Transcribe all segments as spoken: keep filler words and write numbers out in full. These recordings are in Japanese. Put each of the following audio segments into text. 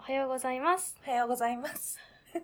おはようございます。 おはようございます。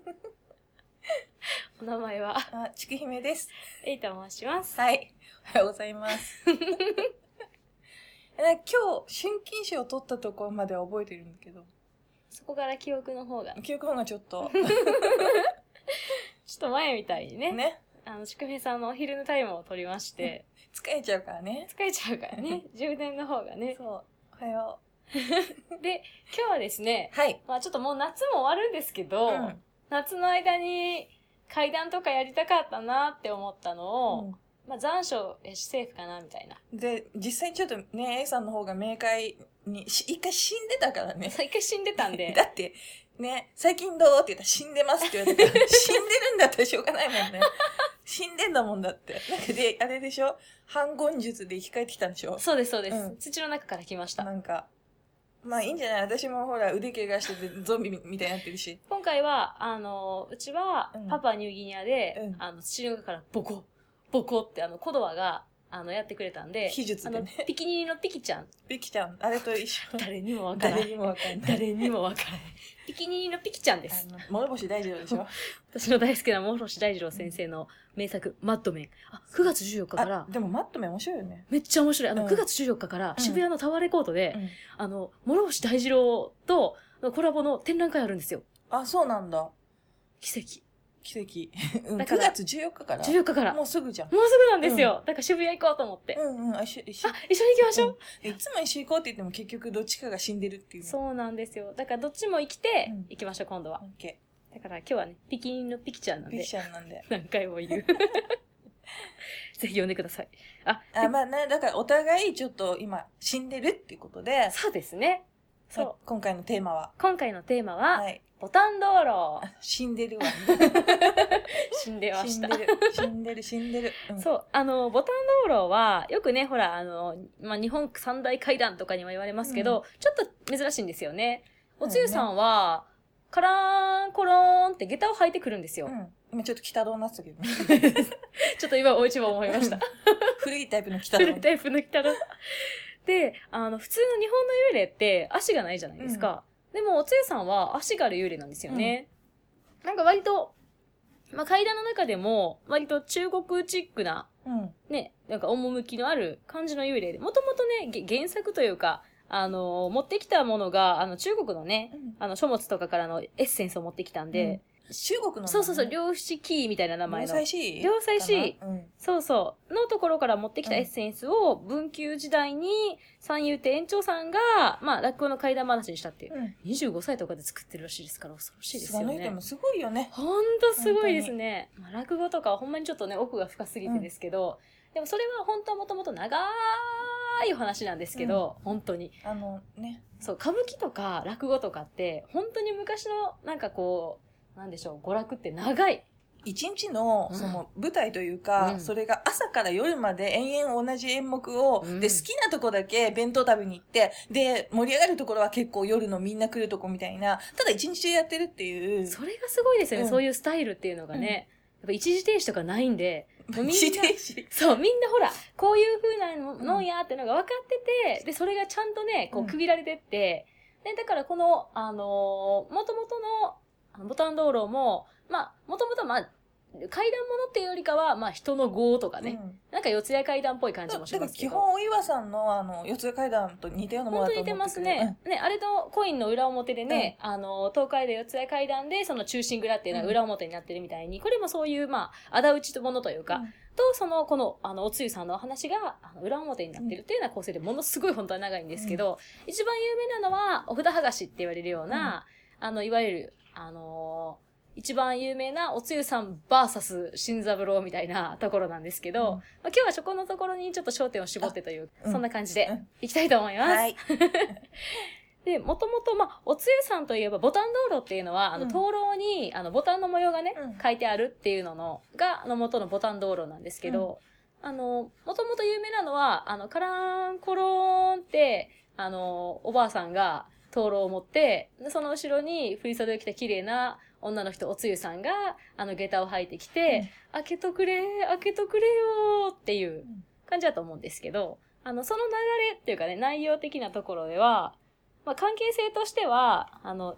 お名前はあ、ちくひめです。 えいと申します。 はい。おはようございます。今日、春禁酒を取ったところまでは覚えてるんだけど。 そこから記憶の方が。 記憶の方がちょっと。 ちょっと前みたいにね。 ね。 あの、ちくひめさんのお昼のタイムを取りまして。 疲れちゃうからね。 疲れちゃうからね。充電の方がね。 そう。おはよう。で、今日はですね。 はい。 まあちょっともう夏も終わるんですけど、うん、夏の間に階段とかやりたかったなって思ったのを、うん、まあ残暑やしセーフかなみたいな。 で、実際ちょっとね、A さんの方が明快に、一回死んでたからね。 一回死んでたんで。 だって、ね、最近どうって言ったら死んでますって言われたから、死んでるんだったらしょうがないもんね。死んでんだもんだって。なんかで、あれでしょ、反言術で生き返ってきたんでしょ。 そうです、そうです、うん。土の中から来ました。 なんか、まあいいんじゃない？私もほら腕怪我しててゾンビみたいになってるし。 今回は、あの、うちはパパニューギニアで、うん、あの、土の中からボコ、ボコってあの、コドワが、あの、やってくれたんで、 秘術でね。 あの、ピキニのピキちゃん。 ピキちゃん、あれと一緒。 誰にもわからない。 誰にもわからない。 誰にもわからない。ピキニのピキちゃんです。 あの、諸星大二郎でしょ。 私の大好きな諸星大二郎先生の名作、マッドメン。あ、くがつじゅうよっかから。 でもマッドメン面白いよね。 めっちゃ面白い。あの、うん、くがつじゅうよっかから渋谷のタワーレコードで、うん、あの、諸星大二郎とコラボの展覧会あるんですよ。 あ、そうなんだ。 奇跡。 奇跡。うん、くがつじゅうよっかから。 じゅうよっかから。 もうすぐじゃん。 もうすぐなんですよ。うん、だから渋谷行こうと思って。 うんうん。あ、一緒、一緒。 あ、一緒に行きましょう、 うん。いつも一緒に行こうって言っても結局どっちかが死んでるっていう。 そうなんですよ。だからどっちも生きて、行きましょう、今度は。 オッケー。だから今日はね、ピキニのピキちゃんなんで。 ピキちゃんなんで。 何回も言う。ぜひ呼んでください。 あ、あまあね、だからお互いちょっと今死んでるっていうことで。 そうですね。 そう。今回のテーマは。 今回のテーマは、はい。ボタン道路。 死んでるわ。 死んでました。 死んでる。死んでる、死んでる。 うん、そう。あの、ボタン道路は、よくね、ほら、あの、まあ、日本三大階段とかにも言われますけど、うん、ちょっと珍しいんですよね。おつゆさんは、ね、カラーン、コローンって下駄を履いてくるんですよ。 うん、今ちょっと北道になってたけどね。 ちょっと今、お一番思いました。 古いタイプの北道。 古いタイプの北道。で、あの、普通の日本の幽霊って足がないじゃないですか。うん、でも、おつゆさんは足がある幽霊なんですよね。うん、なんか割と、まあ、階段の中でも、割と中国チックな、うん、ね、なんか趣のある感じの幽霊で、もともとね、原作というか、あの、持ってきたものが、あの、中国のね、うん、あの、書物とかからのエッセンスを持ってきたんで、うん中国の、ね、 そうそうそう、両七キーみたいな名前の。 両妻子両妻子、うん。そうそう。のところから持ってきたエッセンスを文久時代に三遊亭園長さんが、まあ、落語の怪談話にしたっていう。うん、にじゅうごさいとかで作ってるらしいですから、恐ろしいですよね。 でもすごいよね。 ほんとすごいですね。まあ、落語とかはほんまにちょっとね、奥が深すぎてですけど、うん、でもそれは本当はもともと長いお話なんですけど、うん、本当に。 あのね。 そう、歌舞伎とか落語とかって、本当に昔の、なんかこう、なんでしょう、娯楽って長い。 一日の、その、舞台というか、うん、それが朝から夜まで延々同じ演目を、うん、で、好きなとこだけ弁当食べに行って、で、盛り上がるところは結構夜のみんな来るとこみたいな、ただ一日中やってるっていう。 それがすごいですよね、うん、そういうスタイルっていうのがね。うん、やっぱ一時停止とかないんで、 もうみんな、一時停止そう、みんなほら、こういう風なのやってのが分かってて、で、それがちゃんとね、こう区切られてって、で、だからこの、あのー、元々の、ボタン道路も、まあ、もともとまあ、階段物っていうよりかは、まあ人の業とかね、うん、なんか四谷階段っぽい感じもしますけど。 基本、お岩さんのあの、四谷階段と似たようなものだと思ってくる。 本当似てますね。うん、ね、あれのコインの裏表でね、うん、あの、東海道四谷階段で、その中心蔵っていうのは裏表になってるみたいに、これもそういう、まあ、仇討ちものというか、うん、と、その、この、あの、おつゆさんのお話が、あの裏表になってるっていうような構成でものすごい本当は長いんですけど、うん、一番有名なのは、お札剥がしって言われるような、うん、あの、いわゆる、あのー、一番有名なおつゆさんバーサス新三郎みたいなところなんですけど、うんまあ、今日はそこのところにちょっと焦点を絞ってという、うん、そんな感じでいきたいと思います。はい。で、もともと、まあ、おつゆさんといえばボタン道路っていうのは、あの、灯籠に、あの、ボタンの模様がね、うん、書いてあるっていうのの、が、あの、元のボタン道路なんですけど、うん、あの、もともと有名なのは、あの、カラーンコローンって、あの、おばあさんが、灯籠を持って、その後ろに振り袖を着た綺麗な女の人、おつゆさんが、あの、下駄を履いてきて、うん、開けとくれ、開けとくれよっていう感じだと思うんですけど、あの、その流れっていうかね、内容的なところでは、まあ、関係性としては、あの、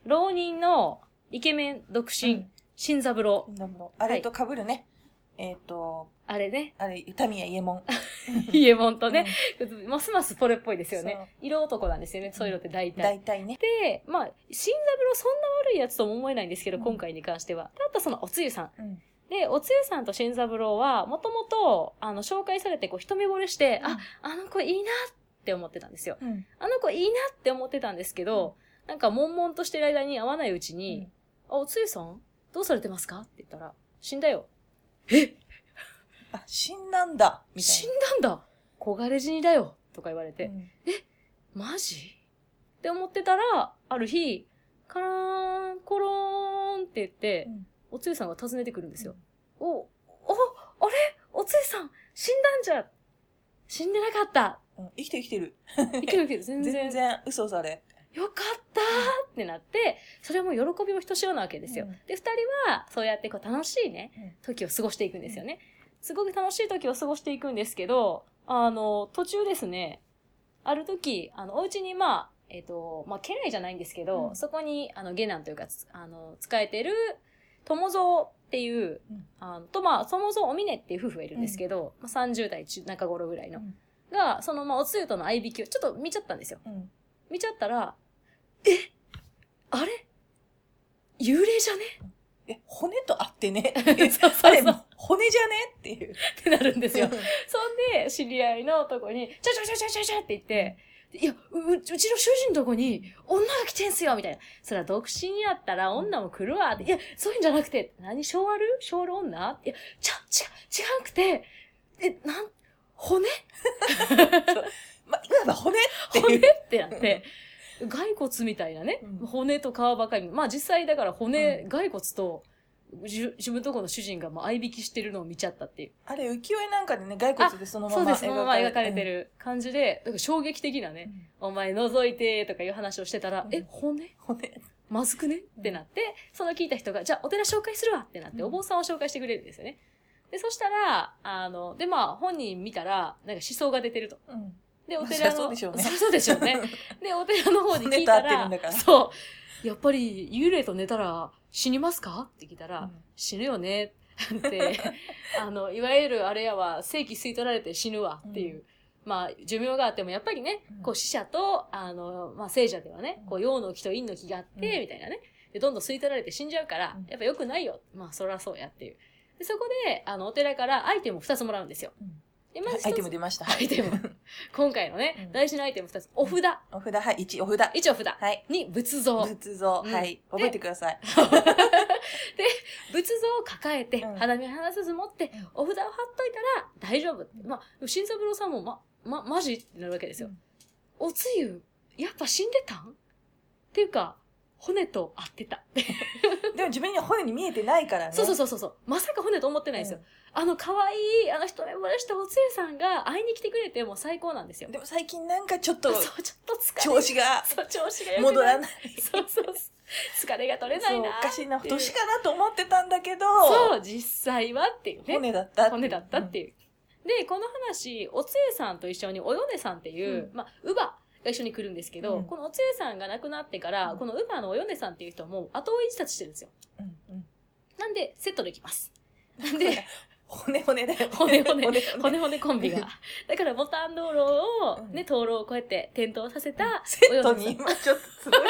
浪人のイケメン独身、 うん、 新三郎。 あれと被るね。はい、えっ、ー、と、 あれね。 あれ、歌宮伊右衛門。 伊右衛門とね、うん、ますますそれっぽいですよね。色男なんですよね、そういうのって大体。 大体ね。 で、まあ、新三郎そんな悪いやつとも思えないんですけど、うん、今回に関しては。あとそのおつゆさん。うん、で、おつゆさんと新三郎は、もともと、あの、紹介されて、こう、一目惚れして、うん、あ、あの子いいなって思ってたんですよ。うん、あの子いいなって思ってたんですけど、うん、なんか、悶々としてる間に会わないうちに、うん、あ、おつゆさんどうされてますかって言ったら、死んだよ。えあ、死んだんだみたいな。 死んだんだ黄金死にだよとか言われて、うん、え、マジって思ってたら、ある日、カラーン、コローンって言って、うん、おつゆさんが訪ねてくるんですよ。うん、お、お、あれおつゆさん、死んだんじゃ死んでなかった、 うん、生きてる生きてる。 生きてる生きてる、全然。 全然、嘘され。 よかったーってなって、それはもう喜びをひとしおなわけですよ。うん、で、二人は、そうやってこう楽しいね、時を過ごしていくんですよね。すごく楽しい時を過ごしていくんですけど、あの、途中ですね、ある時、あの、お家にまあ、えっと、まあ、家来じゃないんですけど、うん、そこに、あの、下男というか、あの、使えてる、友蔵っていう、うん、あの、と、まあ、友蔵おみねっていう夫婦がいるんですけど、うん、まあ、さんじゅう代中、中頃ぐらいの、うん、が、その、まあ、おつゆとの合いびきをちょっと見ちゃったんですよ。うん、見ちゃったら、えあれ幽霊じゃねえ、骨とあってね。 そうそうそう。 骨じゃねっていう。 ってなるんですよ。そんで、知り合いのとこに、ちょちょちょちょちょちょって言って、いや、う、うちの主人のとこに女が来てんすよみたいな。そら独身やったら女も来るわって。いや、そういうんじゃなくて、何、小ある小ある女いや、ちゃ、違う、違うくて、え、なん、骨ま、いわば骨っていう。 骨ってなって、骸骨みたいなね、うん、骨と皮ばかり。まあ実際だから骨、うん、骸骨と、自分とこの主人がまあ合いびきしてるのを見ちゃったっていう。 あれ、浮世絵なんかでね、骸骨でそのままそうです、そのまま描かれてる感じで、だから衝撃的なね、うん、お前覗いてとかいう話をしてたら、うん、え、骨骨まずくねってなって、その聞いた人が、じゃあお寺紹介するわってなって、お坊さんを紹介してくれるんですよね。で、そしたら、あの、で、まあ、本人見たら、なんか思想が出てると。うん、で、お寺の、 そうでしょうね。 そうでしょうね。で、お寺の方に聞いたら、らそう、やっぱり幽霊と寝たら死にますかって聞いたら、うん、死ぬよねって、あの、いわゆるあれやは、正気吸い取られて死ぬわっていう。うん、まあ、寿命があってもやっぱりね、こう死者と、あの、まあ、聖者ではね、こう陽の気と陰の気があって、みたいなね。で、どんどん吸い取られて死んじゃうから、やっぱ良くないよ。まあ、そらそうやっていう。で、そこで、あの、お寺からアイテムをふたつもらうんですよ。うんでまずアイテム出ました。 アイテム。今回のね、うん、大事なアイテムふたつ。お札。 お札、はい。いち、お札。 いちお札。 はい。 に、仏像。 仏像。うん、はい。覚えてください。 で、仏像を抱えて、うん、肌身離さず持って、お札を貼っといたら大丈夫。まあ、新三郎さんも、ま、ま、マジってなるわけですよ。うん、おつゆ、やっぱ死んでたんっていうか、骨と合ってた。 でも自分には骨に見えてないからね。 そうそうそうそう。まさか骨と思ってないんですよ。うん、あの可愛い、あの一目惚れしたおつゆさんが会いに来てくれてもう最高なんですよ。 でも最近なんかちょっと、 そう、ちょっと疲れ。 調子が、 そう、調子が戻らない。 そうそう。疲れが取れないな。 そう、おかしいな、年かなと思ってたんだけど。 そう、実際はっていうね。 骨だったっていう。 骨だったっていう。うん、で、この話、おつゆさんと一緒におよねさんっていう、うん、まあ、乳母。が一緒に来るんですけど、うん、このおつゆさんが亡くなってから、うん、この乳母のおよねさんっていう人も後追い自殺してるんですよ。うんうん、なんで、セットできます。なんで、 骨骨だよ、ね。 骨骨、骨骨コンビが。だからボタン道路を、ね、灯籠をこうやって点灯させた、 セットに今ちょっとすごい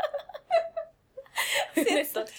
じゃん。セット。軽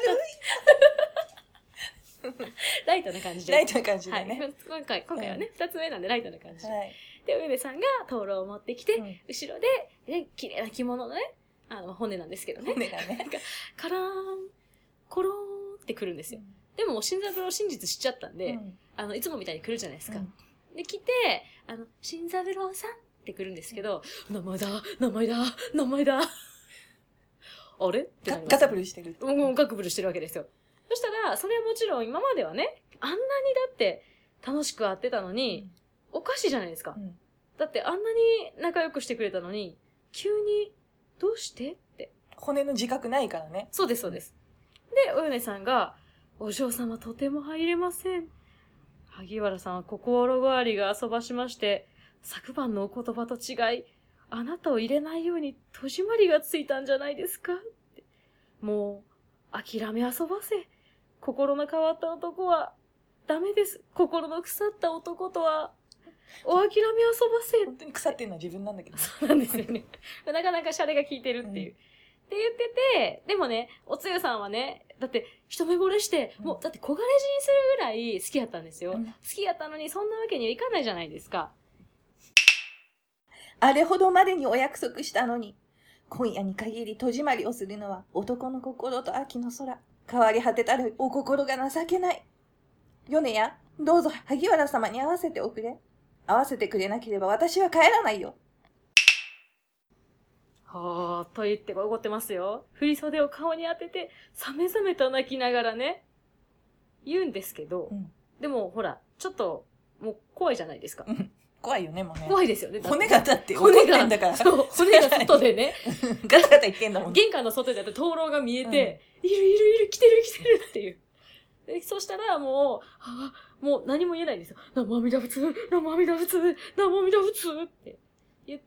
い。ライトな感じで。 ライトな感じでね。 はい、今回、今回はね、二、うん、つ目なんでライトな感じで。 はいで、お嫁さんが灯籠を持ってきて、うん、後ろで、ね、綺麗な着物のね、あの、骨なんですけどね。 骨がね。 カラーン、コローンって来るんですよ。うん、でも、新三郎真実知っちゃったんで、うん、あの、いつもみたいに来るじゃないですか。うん、で、来て、あの、新三郎さんって来るんですけど、名前だ、名前だ、名前だ。あれってなります。 ガタブルしてる。 うん、ガクブルしてるわけですよ。そしたら、それはもちろん今まではね、あんなにだって楽しく会ってたのに、うん、おかしいじゃないですか。うん、だってあんなに仲良くしてくれたのに、急に、どうしてって。 骨の自覚ないからね。 そうです、そうです。で、およねさんが、お嬢様とても入れません。萩原さんは心変わりが遊ばしまして、昨晩のお言葉と違い、あなたを入れないように戸締まりがついたんじゃないですかって。 もう、諦め遊ばせ。心の変わった男は、ダメです。心の腐った男とは、お諦め遊ばせ。 本当に腐ってるのは自分なんだけど。 そうなんですよね。なかなかシャレが効いてるっていう。うん、って言ってて、でもね、おつゆさんはね、だって一目惚れして、うん、もうだって小金死にするぐらい好きやったんですよ。うん、好きやったのにそんなわけにはいかないじゃないですか。 あれほどまでにお約束したのに、今夜に限り戸締まりをするのは男の心と秋の空。変わり果てたるお心が情けない。米や、どうぞ萩原様に会わせておくれ。会わせてくれなければ私は帰らないよ。 はぁ、と言って怒ってますよ。振り袖を顔に当てて、さめざめと泣きながらね、言うんですけど、うん、でもほら、ちょっと、もう怖いじゃないですか。 怖いよね、もうね。 怖いですよね。 骨がだって怒ってんだから。 そう、骨が外でね。 ガタガタ言ってんだもん。 玄関の外でだって灯籠が見えて、うん、いるいるいる、来てる来てるっていう。でそしたらもう、はぁ、もう何も言えないんですよ。ナモアミダ仏、ナモアミダ仏、ナモアミダ仏って言って、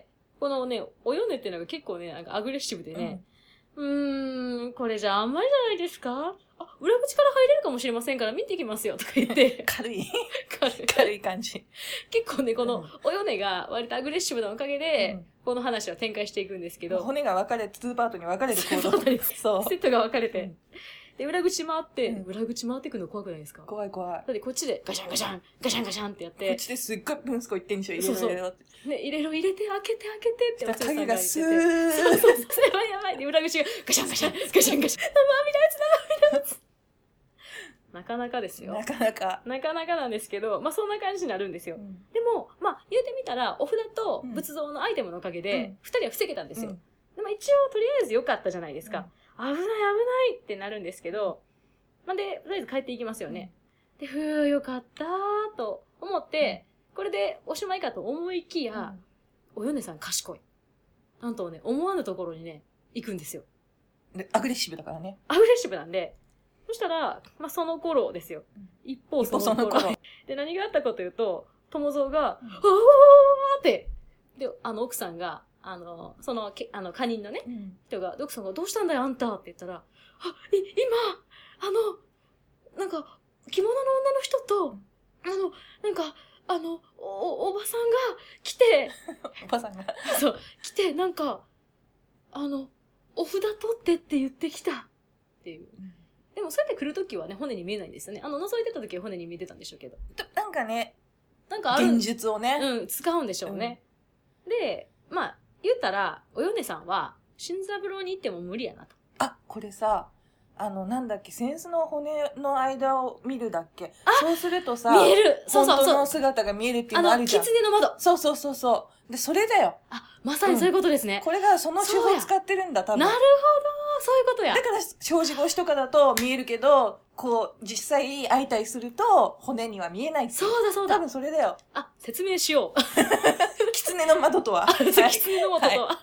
このね、およねっていうのが結構ね、なんかアグレッシブでね、うん、うーん、これじゃあんまりじゃないですか？あ、裏口から入れるかもしれませんから見てきますよとか言って。 軽い。 軽い。 軽い感じ。 結構ね、このおよねが割とアグレッシブなおかげで、うん、この話は展開していくんですけど。 骨が分かれて、ツーパートに分かれる行動。 そう。セットが分かれて。うん、で、裏口回って、 うん、 裏口回ってくの怖くないですか？ 怖い怖い。だってこっちでガシャンガシャン、ガシャンガシャンってやって。 こっちですっごいブンスコ言ってんでしょ、入れろ入れろって。 ね、入れろ入れて、開けて開けてっておつゆさんが言ってて。 影がスー。 そうそうそう。やばいやばい。で、裏口がガシャンガシャン、ガシャンガシャン。生阿弥陀仏、生阿弥陀仏。なかなかですよ。 なかなか。 なかなかなんですけど、まあそんな感じになるんですよ。うん、でも、まあ言うてみたら、お札と仏像のアイテムのおかげで、二、うん、人は防げたんですよ。うん、でも一応、とりあえず良かったじゃないですか。うん、危ない危ないってなるんですけど、まあ、で、とりあえず帰っていきますよね。うん、で、ふー、よかったーと思って、これでおしまいかと思いきや、うん、およねさん賢い。なんとね、思わぬところにね、行くんですよ。 で、アグレッシブだからね。 アグレッシブなんで、そしたら、まあ、その頃ですよ。一方その頃。で、何があったかというと、友蔵が、うん、あーって、で、あの、奥さんが、あの、その、けあの、カニンのね、うん、人が、奥さんが、どうしたんだよ、あんたって言ったら、あ、い、今、あの、なんか、着物の女の人と、あの、なんか、あの、お、おばさんが来て、 おばさんがそう、来て、なんか、あの、お札取ってって言ってきたっていう。うん、でもそうやって来るときはね、骨に見えないんですよね。あの、覗いてたときは骨に見えてたんでしょうけど。 なんかね、 なんかある。 現実をね。 うん、使うんでしょうね。うん、で、まあ、言ったら、およねさんは、新三郎に行っても無理やなと。 あ、これさ、あの、なんだっけ、扇子の骨の間を見るだっけ。そうするとさ、 見える。そうそうそう。 本当の姿が見えるっていうのあるじゃん。 あの、狐の窓。 そうそうそうそう。で、それだよ。 あ、まさにそういうことですね。 うん、これがその手法を使ってるんだ、多分。 なるほど。そういうことや。 だから、障子越しとかだと見えるけど、こう、実際会いたりすると、骨には見えないって。 そうだそうだ。 多分それだよ。 あ、説明しよう。 狐の窓とは。 狐の窓とは。はい、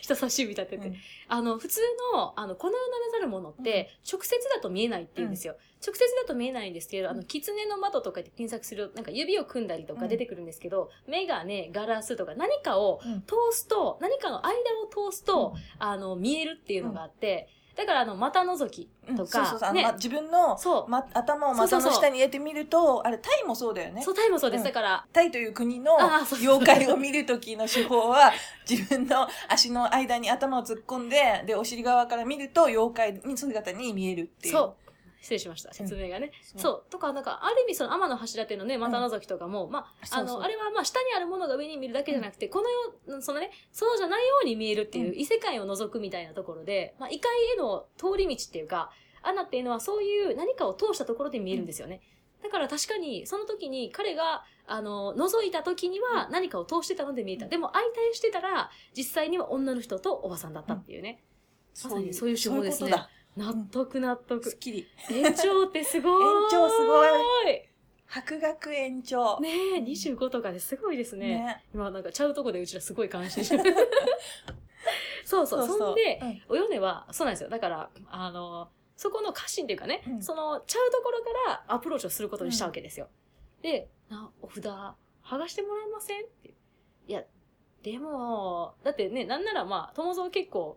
人差し指立てて。うん、あの、普通の、あの、この世ならざるものって、直接だと見えないって言うんですよ。うん、直接だと見えないんですけど、あの、狐の窓とかで検索すると、なんか指を組んだりとか出てくるんですけど、うん、メガネ、ガラスとか何かを通すと、うん、何かの間を通すと、うん、あの、見えるっていうのがあって、だから、あの、股覗きとか、うん、 そうそうそう、ね、あの、ま、自分の、ま、頭を股の下に入れてみると、そうそうそう、あれ、タイもそうだよね。 そう、タイもそうです。うん、だから、 タイという国の妖怪を見るときの手法は、自分の足の間に頭を突っ込んで、で、お尻側から見ると、妖怪に姿に見えるっていう。そう。 失礼しました。説明がね。うん、そう。とか、なんか、ある意味その天の柱っていうのね、股覗きとかも、うん、まあ、あの、そうそう、あれはまあ、下にあるものが上に見るだけじゃなくて、うん、このよ、そのね、そうじゃないように見えるっていう、異世界を覗くみたいなところで、まあ、異界への通り道っていうか、アナっていうのはそういう何かを通したところで見えるんですよね。だから確かに、その時に彼が、あの、覗いた時には何かを通してたので見えた。でも相対してたら、実際には女の人とおばさんだったっていうね。まさにそういう手法ですね。納得納得。 すっきり。 延長ってすごい。 延長すごい。博学延長。 ねえ、にじゅうごとかですごいですね。ね、今なんかちゃうとこでうちらすごい感心してる。そうそう。そうそう、そんで、うん、およねは、そうなんですよ。だから、あの、そこの家臣っていうかね、うん、その、ちゃうところからアプローチをすることにしたわけですよ。うん、で、な、お札、剥がしてもらえませんって。いや、でも、だってね、なんならまあ、友蔵結構、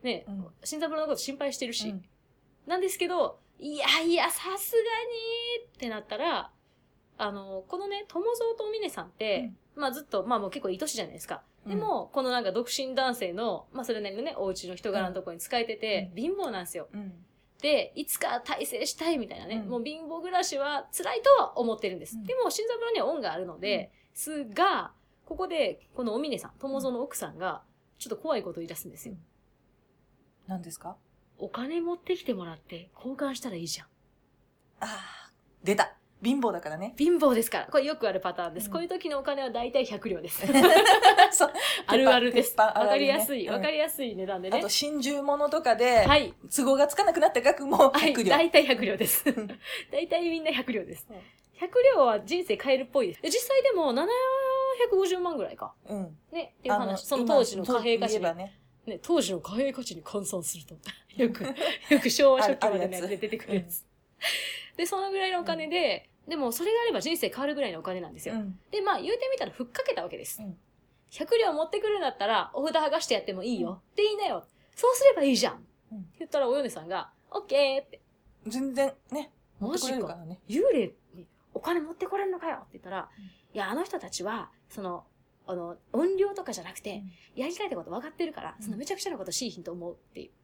ね、 うん新三郎のこと心配してるし、 うんなんですけど、いやいや、さすがにってなったら、あの、このね、友蔵とお峰さんって、うん、まあずっと、まあもう結構いい年じゃないですか。でも、うん、このなんか独身男性の、まあそれなりのね、お家の人柄のところに使えてて、うん、貧乏なんですよ。うん、で、いつか大成したいみたいなね、うん、もう貧乏暮らしは辛いとは思ってるんです。うん、でも、新三郎には恩があるので、すが、ここで、このお峰さん、友蔵の奥さんが、ちょっと怖いことを言い出すんですよ。うん、 何ですか？ お金持ってきてもらって交換したらいいじゃん。 ああ、出た。貧乏だからね。 貧乏ですから。これよくあるパターンです。うん、こういう時のお金はだいたいひゃく両です。 そう。 あるあるです。わ、 ね、 かりやすい、わ、うん、かりやすい値段でね。 あと、真珠物とかで、 はい。 都合がつかなくなった額もひゃく両。 はい、だいたいひゃく両です。だいたいみんなひゃく両です。ひゃく両は人生変えるっぽいです。実際でもななひゃくごじゅうまんぐらいか。うん。ね、っていう話。その当時の貨幣価値に。ねね、当時の貨幣価値に換算すると。よく、よく昭和初期までね、出てくるやつ。で、そのぐらいのお金で、うん、でもそれがあれば人生変わるぐらいのお金なんですよ。うん、で、まあ言うてみたらふっかけたわけです。うん、ひゃく両持ってくるんだったら、お札剥がしてやってもいいよ。うん、って言いなよ。そうすればいいじゃん。うん、って言ったらおよねさんが、オッケーって。 全然ね、持ってこれるからね。 幽霊にお金持ってこれんのかよって言ったら、うん、いや、あの人たちは、その、あの、音量とかじゃなくて、うん、やりたいってこと分かってるから、うん、そのめちゃくちゃなことしいひんと思うっていう。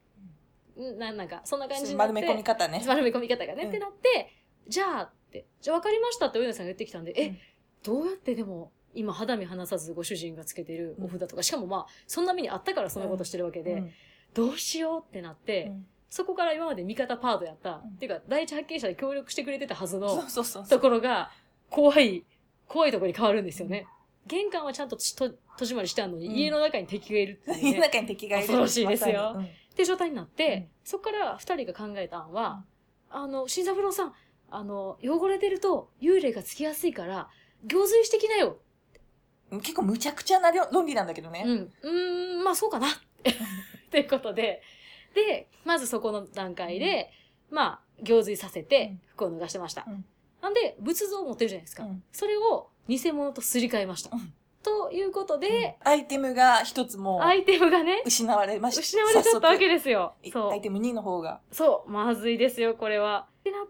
うん、ななんか、そんな感じになって。 丸め込み方ね。 丸め込み方がね。うん、ってなって、じゃあって、じゃあ分かりましたっておよねさんが言ってきたんで、うん、え、どうやってでも、今肌身離さずご主人がつけてるお札とか、しかもまあ、そんな目にあったからそんなことしてるわけで、うん、どうしようってなって、うん、そこから今まで味方パートやった、うん、っていうか、第一発見者で協力してくれてたはずのところが、怖い、怖いところに変わるんですよね。うん、玄関はちゃんとと戸締まりしてあるのに、うん、家の中に敵がいるっていう、ね。 家の中に敵がいる。 恐ろしいですよ。うん、っていう状態になって、うん、そこから二人が考えた案は、うん、あの、新三郎さん、あの、汚れてると幽霊がつきやすいから、行水してきなよ。 結構無茶苦茶な論理なんだけどね。 うん。うーん、まあそうかな。っていうことで、で、まずそこの段階で、うん、まあ、行水させて服を脱がしてました。うん、なんで、仏像を持ってるじゃないですか。うん、それを偽物とすり替えました。うん、ということで、 うん、アイテムが一つも、 アイテムがね、 失われました。 失われちゃったわけですよ。 そう。アイテムにの方が。 そう、まずいですよ、これは。ってなって、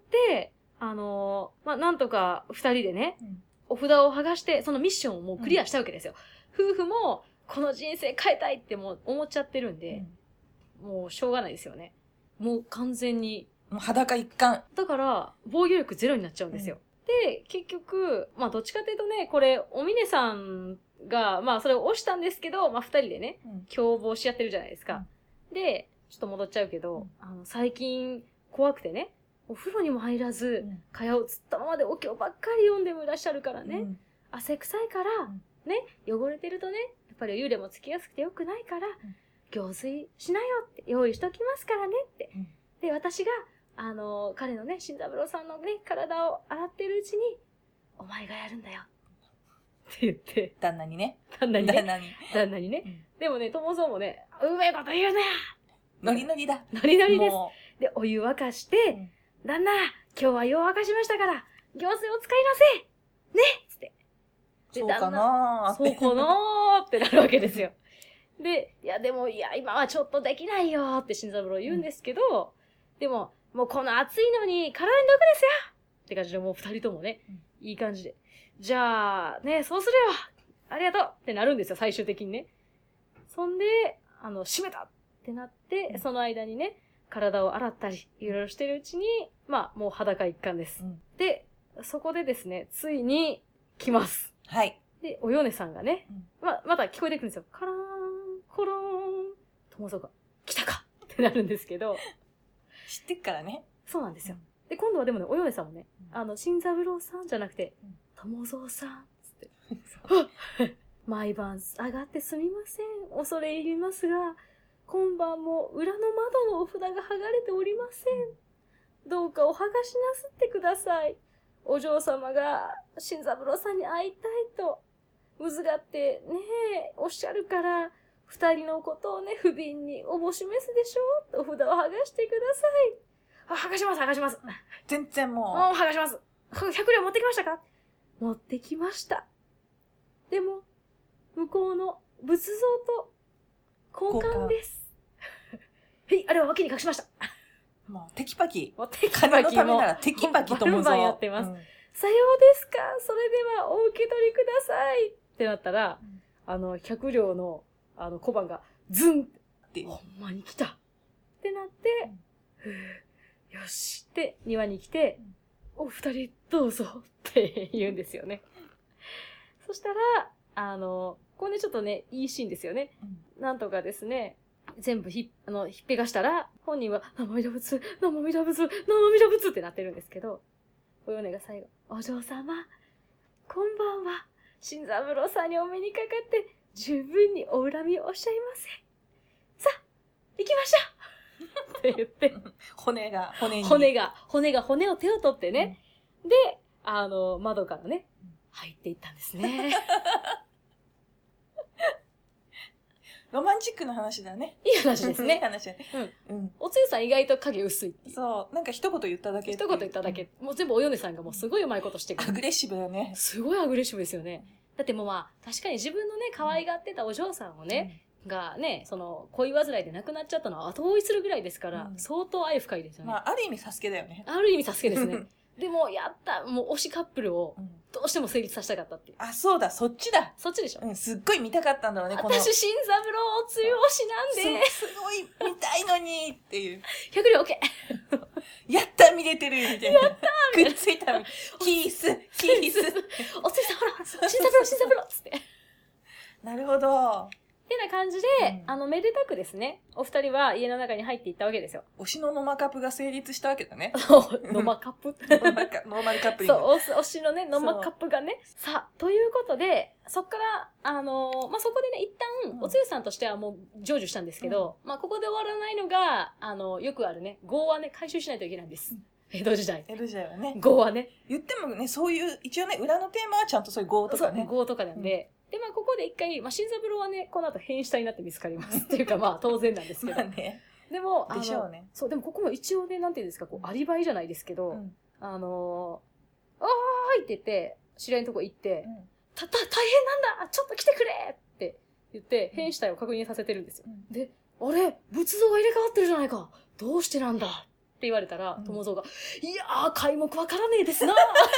あのー、まあ、なんとか二人でね、うん、お札を剥がして、そのミッションをもうクリアしたわけですよ。うん、夫婦も、この人生変えたいってもう思っちゃってるんで、うん、もうしょうがないですよね。もう完全に。 もう裸一貫。 だから、防御力ゼロになっちゃうんですよ。うん、で、結局、まあどっちかというとね、これ、お峰さんが、まあそれを押したんですけど、まあ二人でね、うん、共謀し合ってるじゃないですか。うん、で、ちょっと戻っちゃうけど、うん、あの最近怖くてね、お風呂にも入らず、うん、蚊帳をつったままでお経ばっかり読んでもいらっしゃるからね。うん、汗臭いから、うん、ね、汚れてるとね、やっぱり幽霊もつきやすくてよくないから、うん、行水しなよって用意しときますからねって。うん、で、私が、あのー、彼のね、新三郎さんのね、体を洗ってるうちに、お前がやるんだよ。って言って。 旦那にね。 旦那にね。 旦那に。 旦那にね。うん、でもね、友蔵もね、うめえこと言うなよ。 ノリノリだ。 ノリノリです。で、お湯沸かして、うん、旦那、今日は湯を沸かしましたから、行水を使いなせねつって。 そうかなーそうかなーってなるわけですよ。で、いやでも、いや、今はちょっとできないよーって新三郎言うんですけど、うん、でも、もうこの暑いのに体に毒ですよって感じでもう二人ともね、うん、いい感じで。じゃあ、ね、そうするよありがとうってなるんですよ、最終的にね。そんで、あの、閉めたってなって、うん、その間にね、体を洗ったり、いろいろしてるうちに、まあ、もう裸一貫です。うん、で、そこでですね、ついに来ます。 はい。 で、およねさんがね、うん、ま、また聞こえてくるんですよ。カラーン、コローン、友蔵が、来たかってなるんですけど。 知ってっからね。 そうなんですよ。うん、で、今度はでもね、およねさんもね、うん、あの、新三郎さんじゃなくて、うん、友蔵さん、つって。毎晩上がってすみません。恐れ入りますが、今晩も裏の窓のお札が剥がれておりません。どうかお剥がしなすってください。お嬢様が新三郎さんに会いたいと、むずがってねえ、おっしゃるから、二人のことをね、不憫におぼしめすでしょお札を剥がしてください。あ、剥がします、剥がします。 全然もう。 もう剥がします。ひゃく両持ってきましたか？持ってきました。でも、向こうの仏像と交換です。 へい、あれは脇に隠しました。 もう、テキパキ。 もうテキ金のためならテキパキともぞ。 バンバンやってます。うん、さようですか。それではお受け取りください。ってなったら、うん、あの、百両の、あの、小判がズンって、ほんまに来た。ってなって、うん、よしって庭に来て、うん、お二人どうぞって言うんですよね。そしたら、あの、これね、ちょっとね、いいシーンですよね。うん、なんとかですね、全部ひ、あの、ひっぺがしたら、本人は、生身仏、生身仏、生身仏ってなってるんですけど、お米が最後、お嬢様、こんばんは。新三郎さんにお目にかかって、十分にお恨みをおっしゃいませ。さあ、行きましょうって言って、 骨が、骨に。 骨が、骨が骨を手を取ってね、うん、で、あの、窓からね、入っていったんですね。 ロマンチックな話だね。 いい話ですね。 いい話だね。 うん。うん。おつゆさん意外と影薄いっていう。 そう。なんか一言言っただけ。 一言言っただけ。もう全部お米さんがもうすごいうまいことしてくる。 アグレッシブだね。 すごいアグレッシブですよね。だってもうまあ、確かに自分のね、可愛がってたお嬢さんをね、うん、がね、その、恋煩いで亡くなっちゃったのは後追いするぐらいですから、うん、相当愛深いですよね。 まあ、ある意味サスケだよね。 ある意味サスケですね。でも、やった、もう推しカップルを、どうしても成立させたかったっていう。 あ、そうだ、そっちだ。 そっちでしょ。 うん、すっごい見たかったんだろうね、この。 私、新三郎おつゆ推しなんで。 すごい見たいのに、っていう。 ひゃく両 OK。 やった見れてるみたいな。 やったくっついたみたいな。キース、キース。 おつゆさん、ほら、新三郎、新三郎つって。 なるほど。 ってな感じで、うん、あの、めでたくですね、お二人は家の中に入っていったわけですよ。 推しのノマカップが成立したわけだね。 そう、ノマカップノーマルカノーマルカップリング。 そう、推しのね、ノマカップがね。さあ、ということで、そっから、あのー、まあ、そこでね、一旦、うん、おつゆさんとしてはもう成就したんですけど、うん、まあ、ここで終わらないのが、あの、よくあるね、業はね、回収しないといけないんです。うん、江戸時代。 江戸時代はね。 業はね。 言ってもね、そういう、一応ね、裏のテーマはちゃんとそういう業とかね。 そう、業とかなんで、うんで、まあ、ここで一回、まあ、新三郎はね、この後変死体になって見つかります。っていうか、まあ、当然なんですけど。 まあね。 でも、 でしょうね。 そう、でもここも一応ね、なんていうんですか、こう、アリバイじゃないですけど、うん、あのー、あーいって言って、知り合いのとこ行って、うん、た、た、大変なんだちょっと来てくれって言って、変死体を確認させてるんですよ。うん、で、あれ仏像が入れ替わってるじゃないかどうしてなんだって言われたら、友蔵が、いやー、皆目わからねえですな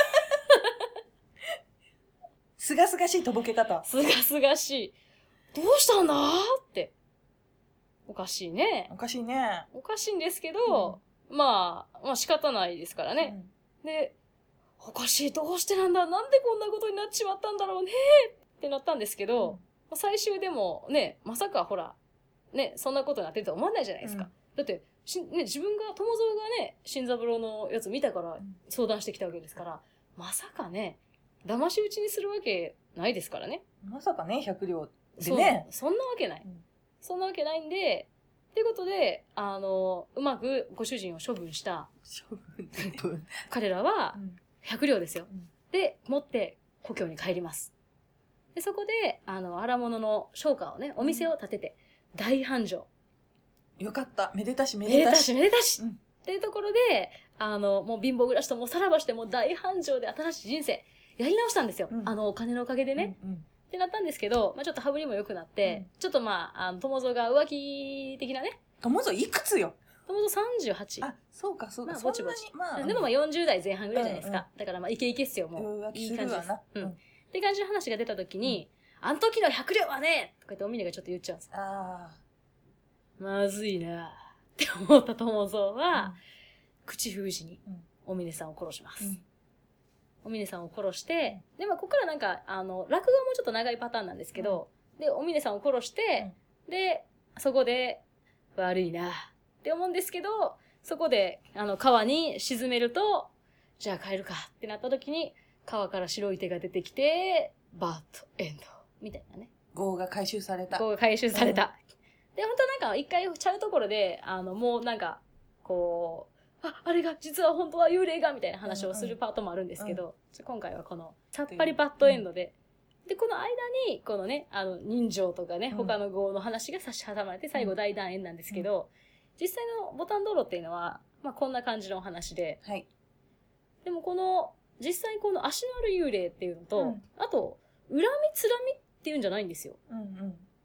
すがすがしいとぼけ方。 すがすがしい。どうしたんだって。おかしいね。 おかしいね。 おかしいんですけど、うん、まあ、まあ仕方ないですからね。うん、で、おかしい、どうしてなんだなんでこんなことになっちまったんだろうねってなったんですけど、うん、最終でもね、まさかほら、ね、そんなことになってると思わないじゃないですか。うん、だって、しね、自分が、友蔵がね、新三郎のやつ見たから相談してきたわけですから、まさかね、騙し討ちにするわけないですからね。 まさかね、百両でね。 そ, そんなわけない、うん。そんなわけないんで、っていうことで、あの、うまくご主人を処分した。 処分彼らは、百両ですよ、うん。で、持って故郷に帰ります。で、そこで、あの、荒物の商家をね、お店を建てて、うん、大繁盛。 よかった。めでたしめでたし。 めでたしめでたし。うん、っていうところで、あの、もう貧乏暮らしともさらばしても大繁盛で新しい人生。やり直したんですよ。うん、あの、お金のおかげでね、うんうん。ってなったんですけど、まあちょっと羽振りも良くなって、うん、ちょっとまあ、あの、友蔵が浮気的なね。 友蔵いくつよ友蔵さんじゅうはち。 あ、そうかそうか。 まあ、ぼちぼち。 まあ、 でもまあよんじゅう代前半ぐらいじゃないですか。うんうん、だからまあイケイケっすよ、もう。 浮気するわな。いい感じです。 うん。って感じの話が出た時に、うん、あの時の百両はねとか言っておみねがちょっと言っちゃうんです。 ああ。 まずいなって思った友蔵は、うん、口封じにおみねさんを殺します。うんおみねさんを殺して、で、まあ、ここからなんか、あの、落語もちょっと長いパターンなんですけど、うん、で、おみねさんを殺して、うん、で、そこで、悪いな、って思うんですけど、そこで、あの、川に沈めると、じゃあ帰るか、ってなった時に、川から白い手が出てきて、バッドエンド、みたいなね。 業が回収された。 業が回収された。うん、で、本当なんか、一回ちゃうところで、あの、もうなんか、こう、あ、あれが、実は本当は幽霊が、みたいな話をするパートもあるんですけど、うんうん、今回はこの、さっぱりバッドエンドで、うん、で、この間に、このね、あの、人情とかね、うん、他の業の話が差し挟まれて、最後大団円なんですけど、うん、実際のボタン道路っていうのは、まあ、こんな感じのお話で、 はい。 でもこの、実際この足のある幽霊っていうのと、うん、あと、恨みつらみっていうんじゃないんですよ。 うんうん、 こ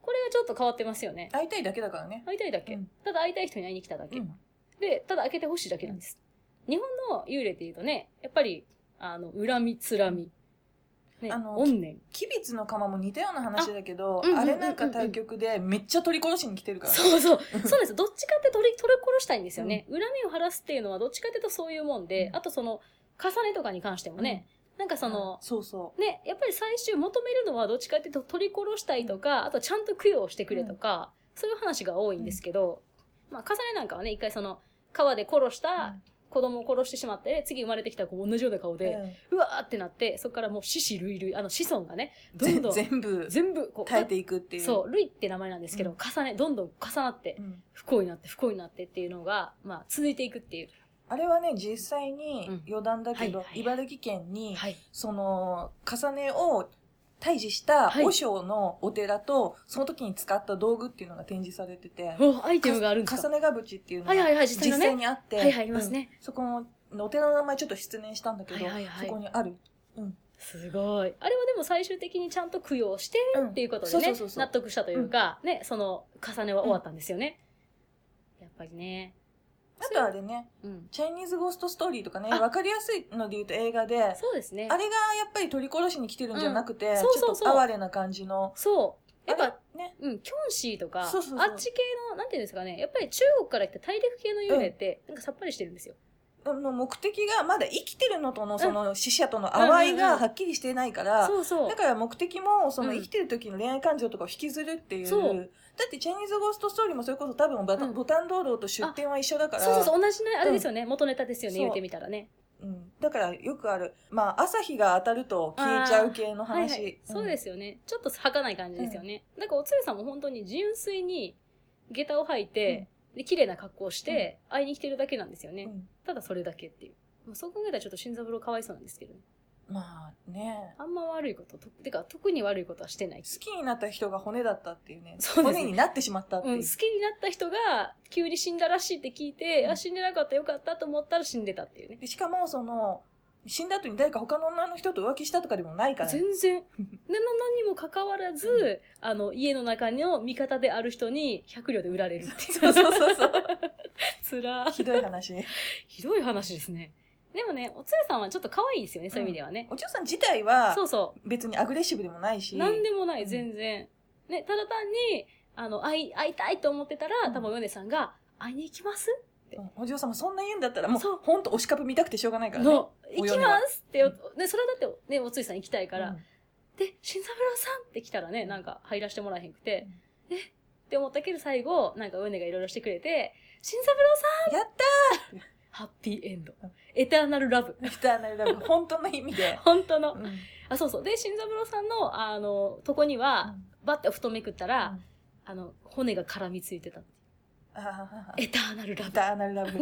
これはちょっと変わってますよね。 会いたいだけだからね。 会いたいだけ。 うん、 ただ会いたい人に会いに来ただけ。 うん、 で、ただ開けてほしいだけなんです。うん、日本の幽霊って言うとね、やっぱり、あの、恨み、つらみ。ね、 あの、 怨念。 キビツの釜も似たような話だけど、あうんうんうんうん、 れなんか対局でめっちゃ取り殺しに来てるから、ね。 そうそう。そうです。どっちかって取り、取り殺したいんですよね。うん、恨みを晴らすっていうのはどっちかっていうとそういうもんで、うん、あとその、重ねとかに関してもね、うん、なんかその、 そうそう。 ね、やっぱり最終求めるのはどっちかっていうと取り殺したいとか、うん、あとちゃんと供養してくれとか、うん、そういう話が多いんですけど、うん、まあ、重ねなんかはね、一回その、川で殺した子供を殺してしまって、次生まれてきた子も同じような顔で、うん、うわーってなって、そこからもう死死類類、あの子孫がね、どんどん、 全部、 全部こう、 耐えていくっていう。 そう、類って名前なんですけど、うん、重ね、どんどん重なって、うん、不幸になって不幸になってっていうのが、まあ、続いていくっていう。 あれはね、実際に余談だけど、 うんはいはいはい、 茨城県に、 はい、 その、重ねを退治した和尚のお寺と、はい、その時に使った道具っていうのが展示されてて、 おアイテムがあるんですか？ 重ねが淵っていうのが実際にあって、 はいはいはい、ありますね。 うん、そこの、お寺の名前ちょっと失念したんだけど、はいはいはい、そこにある。うん。 すごい。あれはでも最終的にちゃんと供養してるっていうことでね、納得したというか、うん、ね、その重ねは終わったんですよね。うん、やっぱりね。 あとあれね、うん、チャイニーズゴーストストーリーとかね、わかりやすいので言うと映画で、 そうですね。 あれがやっぱり取り殺しに来てるんじゃなくて、うん、そうそうそうちょっと哀れな感じの。 そう。やっぱ、ね、うん、キョンシーとか、そうそうそうあっち系の、なんていうんですかね、やっぱり中国から来た大陸系の幽霊って、なんかさっぱりしてるんですよ。 の目的がまだ生きてるのとのその死者との淡いがはっきりしてないから、そうそうだから目的もその生きてる時の恋愛感情とかを引きずるっていう、うん、だってチャイニーズゴーストストーリーもそれこそ多分ボタン、うん、ボタン道路と出典は一緒だから、 そうそうそう同じねあれですよね、うん、元ネタですよね言ってみたらね、 うん、だからよくあるまあ朝日が当たると消えちゃう系の話、はいはいうん、そうですよねちょっと儚い感じですよね、うん、だからおつゆさんも本当に純粋に下駄を履いて、うん、で綺麗な格好をして、うん、会いに来てるだけなんですよね、うん、ただそれだけっていうそう考えたらちょっと新三郎かわいそうなんですけどね。 まあね。 あんま悪いこと、とてか特に悪いことはしてない。 好きになった人が骨だったっていうね。そうですね。骨になってしまったっていう、うん。 好きになった人が急に死んだらしいって聞いて、うん、あ、死んでなかったよかったと思ったら死んでたっていうね。 でしかもその、死んだ後に誰か他の女の人と浮気したとかでもないから、 ね。全然。でも何にも関わらず、うん、あの、家の中の味方である人にひゃく両で売られるっていう。 そうそうそうそう。 つらひどい話。 ひどい話ですね。でもね、おつゆさんはちょっと可愛いですよね、そういう意味ではね。 うん、おつゆさん自体は、 そうそう。 別にアグレッシブでもないし。 なんでもない、全然。うん、ね、ただ単に、あの、会い、会いたいと思ってたら、うん、多分、ヨネさんが、会いに行きますって。うん、 お嬢さんもそんな言うんだったら、もう、ほんと推し株見たくてしょうがないからね。 の、行きますって、ね、それだって、ね、おつゆさん行きたいから。うん、で、新三郎さんって来たらね、なんか入らせてもらえへんくて、うん、えって思ったけど最後、なんかヨネがいろいろしてくれて、新三郎さんやったーハッピーエンド。エターナルラブ。 エターナルラブ。本当の意味で。 本当の、うん。あ、そうそう。で、新三郎さんの、あの、とこには、うん、バッて布団めくったら、うん、あの、骨が絡みついてた。あエターナルラブ。 エターナルラブ。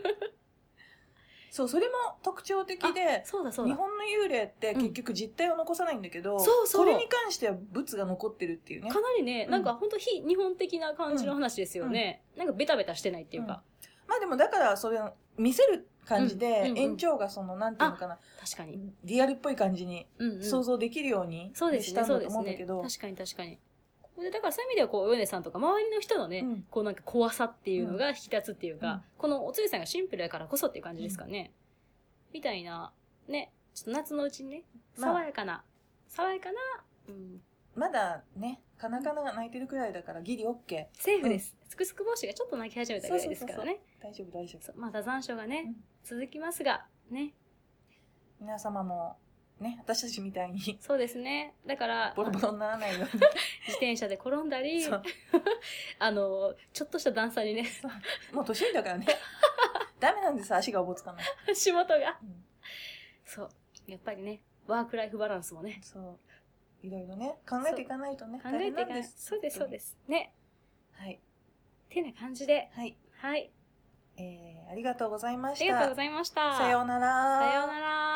そう、それも特徴的で、 そうだそうだ。 日本の幽霊って結局実体を残さないんだけど、うん、 そうそう。 これに関しては物が残ってるっていうね。 かなりね、なんか本当非日本的な感じの話ですよね。うん、なんかベタベタしてないっていうか。 うん、まあでもだからそれ見せる感じで、延長がその、なんていうのかな。 確かに。 リアルっぽい感じに想像できるようにしたんだと思うんだけど。 確かに確かに。でだからそういう意味では、こう、ヨネさんとか周りの人のね、うん、こうなんか怖さっていうのが引き立つっていうか、うん、このおつゆさんがシンプルだからこそっていう感じですかね。うん、みたいな、ね、ちょっと夏のうちにね、爽やかな、まあ、爽やかな、うん。 まだね、カナカナが泣いてるくらいだからギリオッケー。セーフです。すくすく帽子がちょっと泣き始めたぐらいですからね。 大丈夫大丈夫。 まだ残暑がね、うん、続きますが、ね。 皆様も、ね、私たちみたいに。 そうですね。だから、 ボロボロにならないように。 自転車で転んだり、あの、ちょっとした段差にね。 もう年寄りだからね。ダメなんです、足がおぼつかない。 足元が、うん。そう。やっぱりね、ワークライフバランスもね。 そう。いろいろね、考えていかないとね。 考えていかないと。そうです、そうです。ね。 はい。 ってな感じで。 はい。 はい。 えー、ありがとうございました。 ありがとうございました。 さようなら。 さようなら。